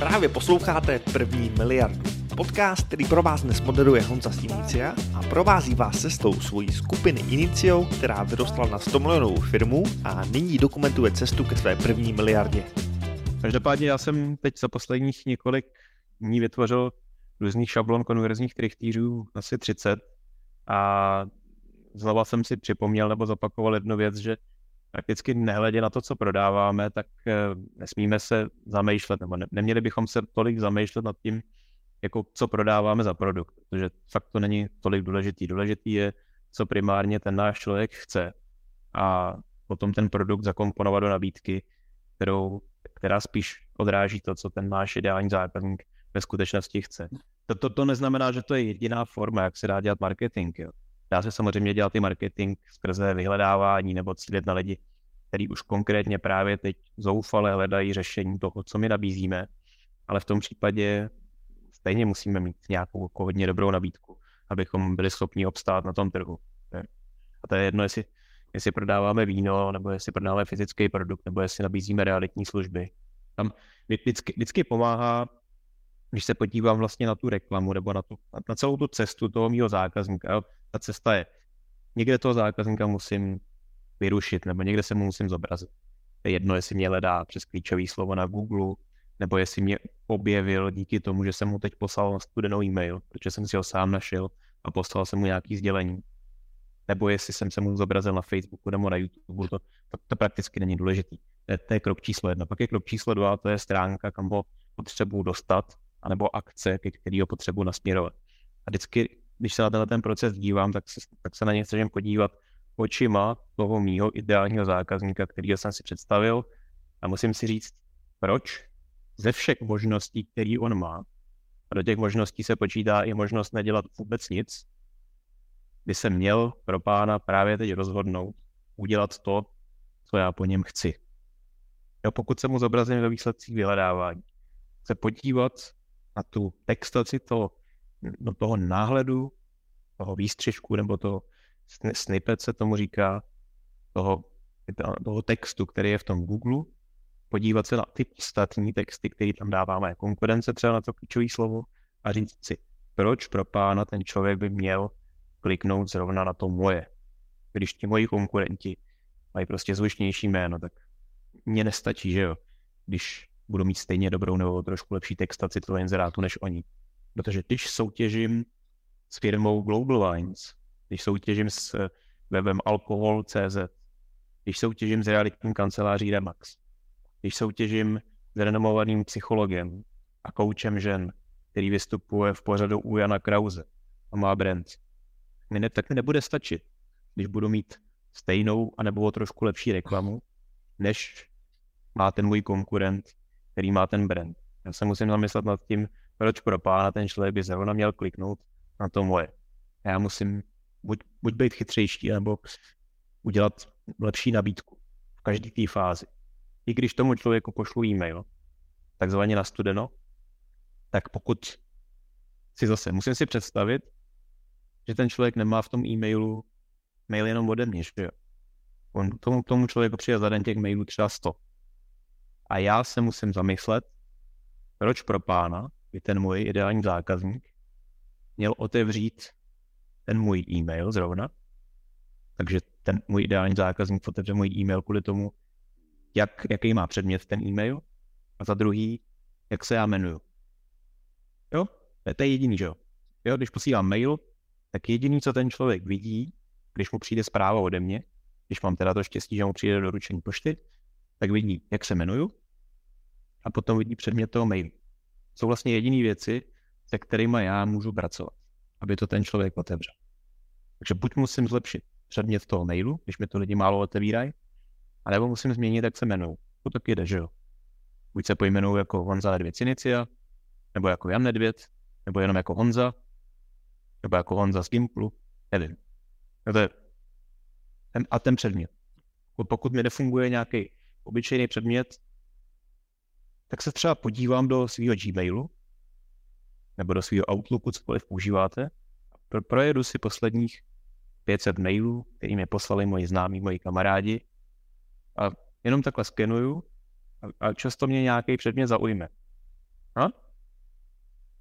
Právě posloucháte První miliardu. Podcast, který pro vás dnes moderuje Honza z Inicia a provází vás cestou svojí skupiny Inicio, která vyrostla na 100 milionovou firmu a nyní dokumentuje cestu ke své první miliardě. Každopádně já jsem teď za posledních několik dní vytvořil různých šablon konverzních trichtýřů asi 30 a znova jsem si připomněl nebo zopakoval jednu věc, že prakticky nehledě na to, co prodáváme, tak nesmíme se zamýšlet, nebo neměli bychom se tolik zamýšlet nad tím, jako co prodáváme za produkt, protože fakt to není tolik důležitý. Důležitý je, co primárně ten náš člověk chce a potom ten produkt zakomponovat do nabídky, která spíš odráží to, co ten náš ideální zákazník ve skutečnosti chce. To neznamená, že to je jediná forma, jak se dá dělat marketing. Jo. Dá se samozřejmě dělat i marketing skrze vyhledávání nebo cílit na lidi, který už konkrétně právě teď zoufale hledají řešení toho, co my nabízíme, ale v tom případě stejně musíme mít nějakou hodně dobrou nabídku, abychom byli schopni obstát na tom trhu. A to je jedno, jestli prodáváme víno, nebo jestli prodáváme fyzický produkt, nebo jestli nabízíme realitní služby. Tam vždycky pomáhá, když se podívám vlastně na tu reklamu, nebo na celou tu cestu toho mýho zákazníka. Jo? Ta cesta je, někde toho zákazníka musím vyrušit, nebo někde se mu musím zobrazit. To je jedno, jestli mě hledá přes klíčové slovo na Google, nebo jestli mě objevil díky tomu, že jsem mu teď poslal studenou e-mail, protože jsem si ho sám našel a poslal jsem mu nějaký sdělení. Nebo jestli jsem se mu zobrazil na Facebooku nebo na YouTube, to prakticky není důležitý. To je krok číslo 1. Pak je krok číslo 2, to je stránka, kam ho potřebuji dostat, anebo akce, který ho potřebuji nasměrovat. A vždycky, když se na ten proces dívám, tak se na něj snažím podívat očima toho mýho ideálního zákazníka, kterýho jsem si představil a musím si říct, proč ze všech možností, které on má, a do těch možností se počítá i možnost nedělat vůbec nic, by se měl pro pána právě teď rozhodnout udělat to, co já po něm chci. Jo, pokud se mu zobrazím ve výsledcích vyhledávání, se podívat na tu textaci toho náhledu, toho výstřižku nebo toho snippet se tomu říká, toho textu, který je v tom Google, podívat se na ty ostatní texty, které tam dáváme jako konkurence, třeba na to klíčové slovo a říct si, proč pro pána ten člověk by měl kliknout zrovna na to moje. Když ti moji konkurenti mají prostě zvučnější jméno, tak mně nestačí, že jo, když budu mít stejně dobrou nebo trošku lepší textaci toho inzerátu než oni. Protože když soutěžím s firmou Global Wines, když soutěžím s webem Alkohol.cz, když soutěžím s realitním kanceláří Remax, když soutěžím s renomovaným psychologem a koučem žen, který vystupuje v pořadu u Jana Krause a má brand, tak mi nebude stačit, když budu mít stejnou anebo o trošku lepší reklamu, než má ten můj konkurent, který má ten brand. Já se musím zamyslet nad tím, proč pro pána ten člověk by zrovna měl kliknout na to moje. Já musím buď být chytřejší, nebo udělat lepší nabídku v každé té fázi. I když tomu člověku pošlu e-mail, takzvaně na studeno, tak pokud musím si představit, že ten člověk nemá v tom e-mailu mail jenom ode mě, že jo. Tomu člověku přijde za den těch mailů třeba 100. A já se musím zamyslet, proč pro pána by ten můj ideální zákazník měl otevřít ten můj e-mail zrovna. Takže ten můj ideální zákazník otevře můj e-mail kvůli tomu, jaký má předmět ten e-mail a za druhý, jak se já jmenuju. Jo, to je jediný, že jo. Jo, když posílám mail, tak jediný, co ten člověk vidí, když mu přijde zpráva ode mě, když mám teda to štěstí, že mu přijde do doručení pošty, tak vidí, jak se jmenuju a potom vidí předmět toho mailu. Jsou vlastně jediné věci, se kterými já můžu pracovat, aby to ten člověk otevřel. Takže buď musím zlepšit předmět toho mailu, když mi to lidi málo otevírají, anebo musím změnit, jak se jmenuju. To taky jde, že jo. Buď se pojmenuju jako Honza Nedvěd z Inicia, nebo jako Jan Nedvěd, nebo jenom jako Honza, nebo jako Honza z Gimplu, nevím. Ten předmět. Pokud mi nefunguje nějaký obyčejný předmět, tak se třeba podívám do svého Gmailu, nebo do svého Outlooku, cokoliv používáte, a projedu si posledních 500 mailů, který mi poslali moji známí, moji kamarádi, a jenom takhle skenuju a často mě nějaký předmět zaujme.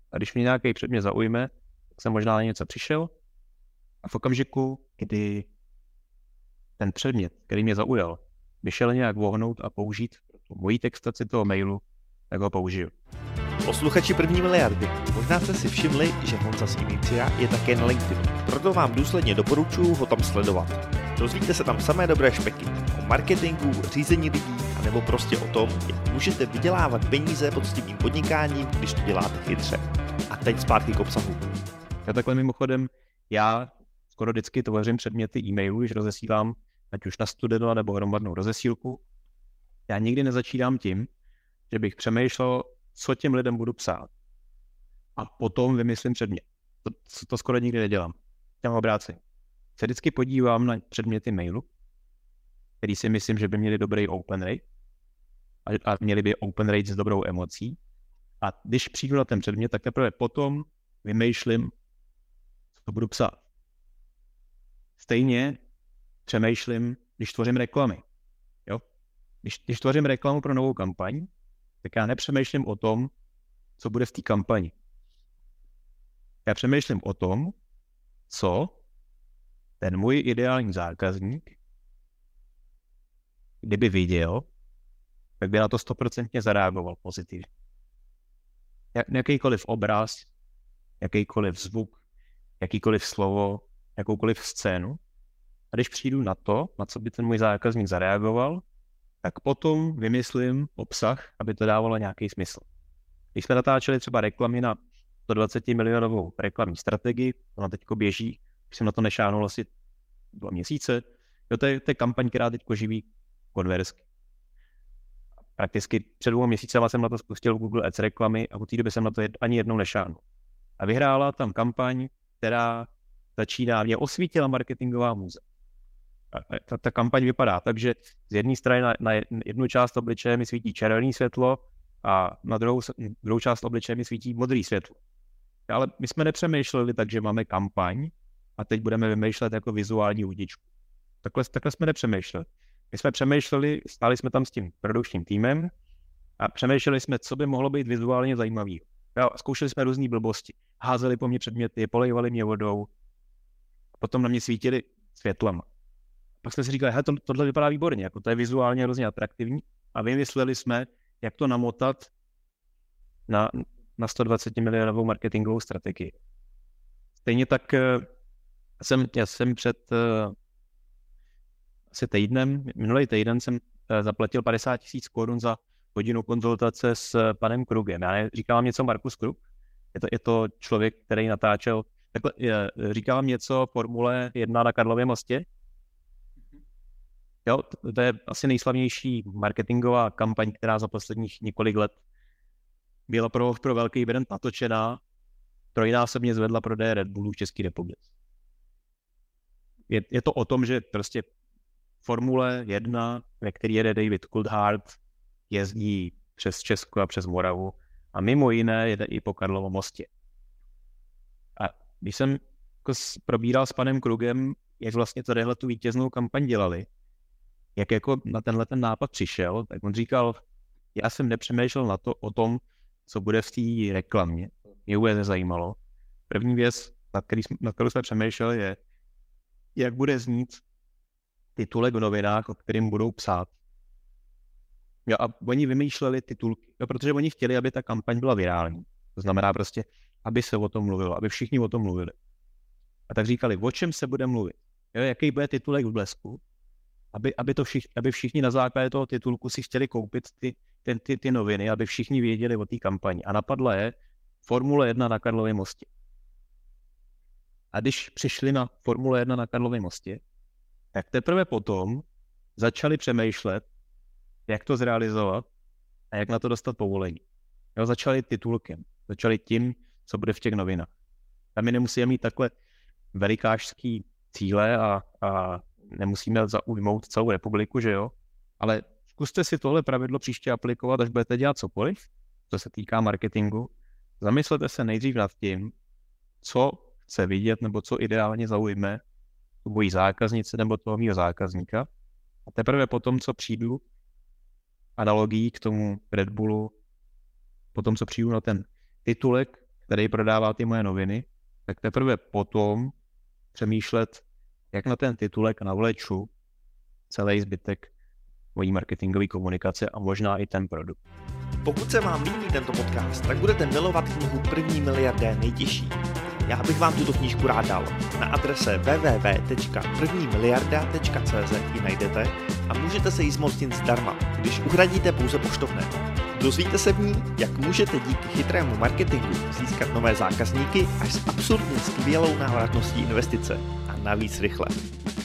A když mě nějaký předmět zaujme, tak jsem možná na něco přišel a v okamžiku, kdy ten předmět, který mě zaujal, by šel nějak vohnout a použít tu moji textaci toho mailu, tak ho použiju. Posluchači první miliardy, možná jste si všimli, že Honza z Inicia je také na LinkedInu, proto vám důsledně doporučuji ho tam sledovat. Dozvíte se tam samé dobré špeky o marketingu, řízení lidí, anebo prostě o tom, jak můžete vydělávat peníze poctivým podnikáním, když to děláte chytře. A teď zpátky k obsahu. A takhle mimochodem, já skoro vždycky tvořím předměty e-mailu, když rozesílám, ať už na studeno nebo hromadnou rozesílku. Já nikdy nezačínám tím, že bych přemýšlel, co těm lidem budu psát. A potom vymyslím předmět. To skoro nikdy nedělám. Těm obráceně. Se vždycky podívám na předměty mailu, který si myslím, že by měli dobrý open rate a měli by open rate s dobrou emocí. A když přijdu na ten předmět, tak teprve potom vymýšlím, co budu psát. Stejně přemýšlím, když tvořím reklamy. Jo? Když tvořím reklamu pro novou kampaň, tak já nepřemýšlím o tom, co bude v té kampani. Já přemýšlím o tom, co ten můj ideální zákazník, kdyby viděl, tak by na to 100% zareagoval pozitivně. Jakýkoliv obraz, jakýkoliv zvuk, jakýkoliv slovo, jakoukoliv scénu. A když přijdu na to, na co by ten můj zákazník zareagoval, tak potom vymyslím obsah, aby to dávalo nějaký smysl. Když jsme natáčeli třeba reklamy na 120 milionovou reklamní strategii, ona teďko běží, když jsem na to nešáhnul asi 2 měsíce, jo, to je kampaň, která teďko živí konverzky. Prakticky před 2 měsícema jsem na to spustil Google Ads reklamy a od té doby jsem na to ani jednou nešáhnul. A vyhrála tam kampaň, která začíná, mě osvítila marketingová můza. Ta kampaň vypadá tak, že z jedné strany na jednu část obličeje mi svítí červené světlo a na druhou část obličeje mi svítí modré světlo. Ale my jsme nepřemýšleli tak, že máme kampaň a teď budeme vymýšlet jako vizuální údičku. Takhle jsme nepřemýšleli. My jsme přemýšleli, stáli jsme tam s tím produkčním týmem a přemýšleli jsme, co by mohlo být vizuálně zajímavého. Zkoušeli jsme různé blbosti. Házeli po mně předměty, polejvali mě vodou, potom na mě svítili světlama. Pak jsme si říkali, tohle vypadá výborně, jako to je vizuálně hrozně atraktivní a vymysleli jsme, jak to namotat na 120 milionovou marketingovou strategii. Stejně tak já jsem před asi minulý týden jsem zaplatil 50 000 korun za hodinu konzultace s panem Krugem. Já říkám vám něco Markus Krug? Je to člověk, který natáčel, říkám vám něco o Formule 1 na Karlově mostě? Jo, to je asi nejslavnější marketingová kampaň, která za posledních několik let byla pro velký brand natočená, trojnásobně zvedla prodeje Red Bullu v České republice. Je to o tom, že prostě Formule 1, ve které jede David Coulthard, jezdí přes Česko a přes Moravu a mimo jiné jede i po Karlově mostě. A když jsem probíral s panem Krugem, jak vlastně tadyhle tu vítěznou kampaň dělali, jak jako na tenhle ten nápad přišel, tak on říkal, já jsem nepřemýšlel o tom, co bude v té reklamě. Mě vůbec nezajímalo. První věc, nad kterou jsme přemýšleli, je, jak bude znít titulek v novinách, o kterým budou psát. Jo, a oni vymýšleli titulky, protože oni chtěli, aby ta kampaň byla virální. To znamená prostě, aby se o tom mluvilo, aby všichni o tom mluvili. A tak říkali, o čem se bude mluvit. Jo, jaký bude titulek v blesku, aby všichni na základě toho titulku si chtěli koupit ty noviny, aby všichni věděli o té kampani. A napadla je Formule 1 na Karlově mostě. A když přišli na Formule 1 na Karlově mostě, tak teprve potom začali přemýšlet, jak to zrealizovat a jak na to dostat povolení. Jo, začali titulkem, začali tím, co bude v těch novinách. A my nemusíme mít takhle velikářský cíle a nemusíme zaujmout celou republiku, že jo? Ale zkuste si tohle pravidlo příště aplikovat, až budete dělat cokoliv, co se týká marketingu. Zamyslete se nejdřív nad tím, co chce vidět nebo co ideálně zaujme tu moji zákaznici nebo toho mýho zákazníka. A teprve potom, co přijdu analogií k tomu Red Bullu, potom, co přijdu na ten titulek, který prodává ty moje noviny, tak teprve potom přemýšlet, jak na ten titulek navleču celý zbytek mojí marketingové komunikace a možná i ten produkt. Pokud se vám líbí tento podcast, tak budete milovat knihu První miliardér nejtěžší. Já bych vám tuto knížku rád dal. Na adrese www.prvnimiliarda.cz ji najdete a můžete se jí zmocnit zdarma, když uhradíte pouze poštovné. Dozvíte se v ní, jak můžete díky chytrému marketingu získat nové zákazníky až s absurdně skvělou návratností investice a navíc rychle.